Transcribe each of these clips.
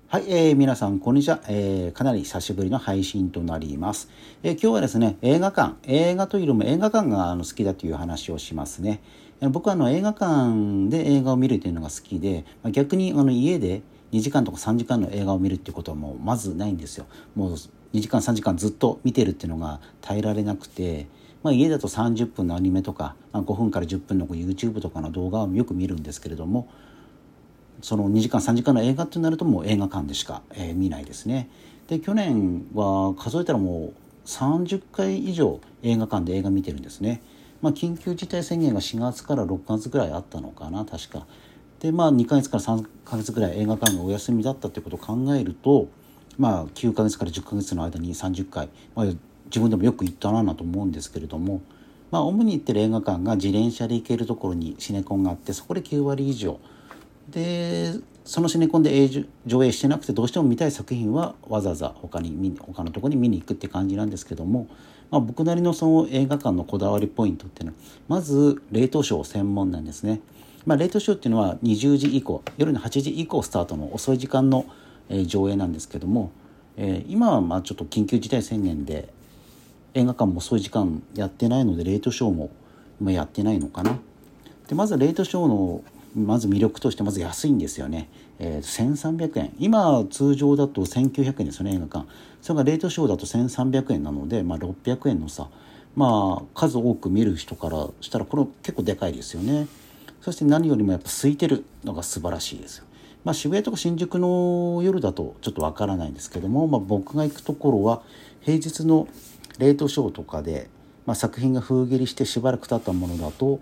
はい、皆さんこんにちは、かなり久しぶりの配信となります。今日はですね、映画というよりも映画館が好きだという話をしますね。僕は映画館で映画を見るというのが好きで、逆に家で2時間とか3時間の映画を見るっていうことはもうまずないんですよ。もう2時間3時間ずっと見てるっていうのが耐えられなくて、家だと30分のアニメとか5分から10分の YouTube とかの動画をよく見るんですけれども、その2時間3時間の映画ってなるともう映画館でしか、見ないですね。で去年は数えたらもう30回以上映画館で映画見てるんですね。緊急事態宣言が4月から6月ぐらいあったのかな確か。で2ヶ月から3ヶ月ぐらい映画館がお休みだったってことを考えると、9ヶ月から10ヶ月の間に30回、自分でもよく行ったなと思うんですけれども、主に行ってる映画館が自転車で行けるところにシネコンがあって、そこで9割以上で、そのシネコンで上映してなくてどうしても見たい作品はわざわざ他のところに見に行くって感じなんですけども、僕なりのその映画館のこだわりポイントっていうのはまず冷凍ショー専門なんですね。冷凍ショーっていうのは20時以降、夜の8時以降スタートの遅い時間の上映なんですけども、今はちょっと緊急事態宣言で映画館も遅い時間やってないのでレートショーも今やってないのかな。でまずレートショーのまず魅力としてまず安いんですよね。1300円、今通常だと1900円ですよね、映画館。それがレートショーだと1300円なので、600円の差、数多く見る人からしたらこれ結構でかいですよね。そして何よりもやっぱ空いてるのが素晴らしいですよ。渋谷とか新宿の夜だとちょっとわからないんですけども、僕が行くところは平日のレートショーとかで、作品が封切りしてしばらく経ったものだと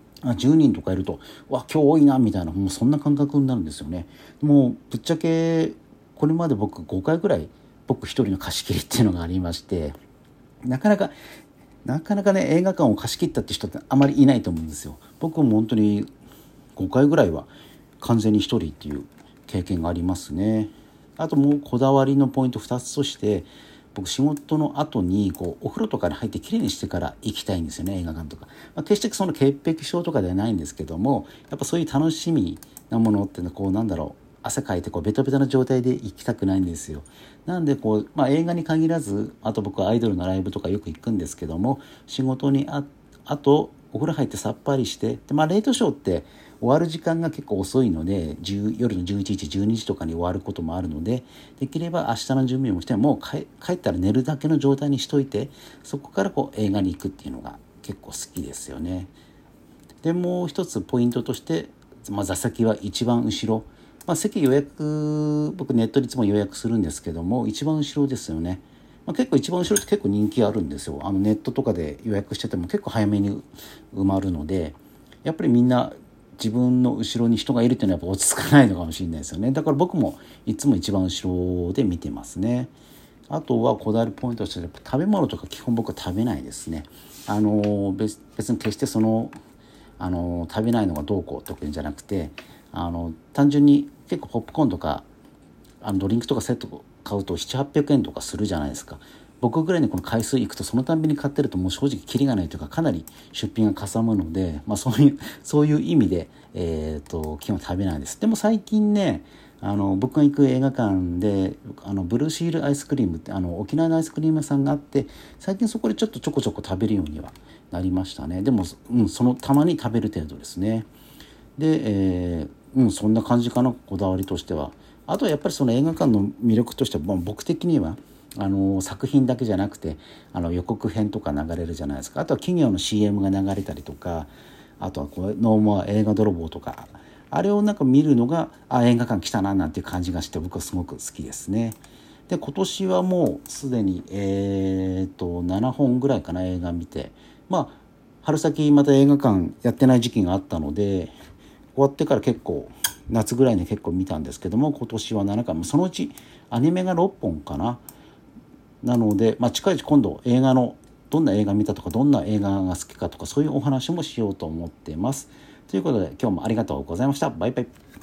10人とかいると今日多いなみたいな、もうそんな感覚になるんですよね。もうぶっちゃけこれまで僕5回ぐらい僕一人の貸し切りっていうのがありまして、なかなかね映画館を貸し切ったって人ってあまりいないと思うんですよ。僕も本当に5回ぐらいは完全に一人っていう経験がありますね。あともうこだわりのポイント2つとして、僕仕事の後にお風呂とかに入ってきれいにしてから行きたいんですよね、映画館とか。決してその潔癖症とかではないんですけども、やっぱそういう楽しみなものっていうのは汗かいてベトベトな状態で行きたくないんですよ。なんで映画に限らず、あと僕はアイドルのライブとかよく行くんですけども、仕事にあとお風呂入ってさっぱりして、レートショーって終わる時間が結構遅いので夜の11時12時とかに終わることもあるので、できれば明日の準備もしても帰ったら寝るだけの状態にしといて、そこから映画に行くっていうのが結構好きですよね。でもう一つポイントとして、座席は一番後ろ、席予約僕ネットでいつも予約するんですけども一番後ろですよね。結構一番後ろって結構人気あるんですよ。ネットとかで予約してても結構早めに埋まるので、やっぱりみんな自分の後ろに人がいるっていうのはやっぱ落ち着かないのかもしれないですよね。だから僕もいつも一番後ろで見てますね。あとはこだわりポイントとしてやっぱ食べ物とか基本僕は食べないですね。別に決して食べないのがどうこう特にじゃなくて、単純に結構ポップコーンとかドリンクとかセット買うと700-800円とかするじゃないですか。僕ぐらいにこの回数行くとそのたんびに買ってるともう正直キリがないというか、かなり出費がかさむので、そういう意味で、基本食べないです。でも最近ね、僕が行く映画館でブルーシールアイスクリームって沖縄のアイスクリーム屋さんがあって、最近そこでちょっとちょこちょこ食べるようにはなりましたね。でも、そのたまに食べる程度ですね。で、そんな感じかな、こだわりとしては。あとはやっぱりその映画館の魅力としては、僕的には作品だけじゃなくて予告編とか流れるじゃないですか。あとは企業の CM が流れたりとか、あとはノーモア映画泥棒とか、あれを見るのが映画館来たななんていう感じがして、僕はすごく好きですね。で今年はもうすでに7本ぐらいかな映画見て、春先また映画館やってない時期があったので、終わってから結構夏ぐらいに結構見たんですけども、今年は7回、そのうちアニメが6本かな。なので、近いうち今度どんな映画見たとか、どんな映画が好きかとか、そういうお話もしようと思っています。ということで今日もありがとうございました。バイバイ。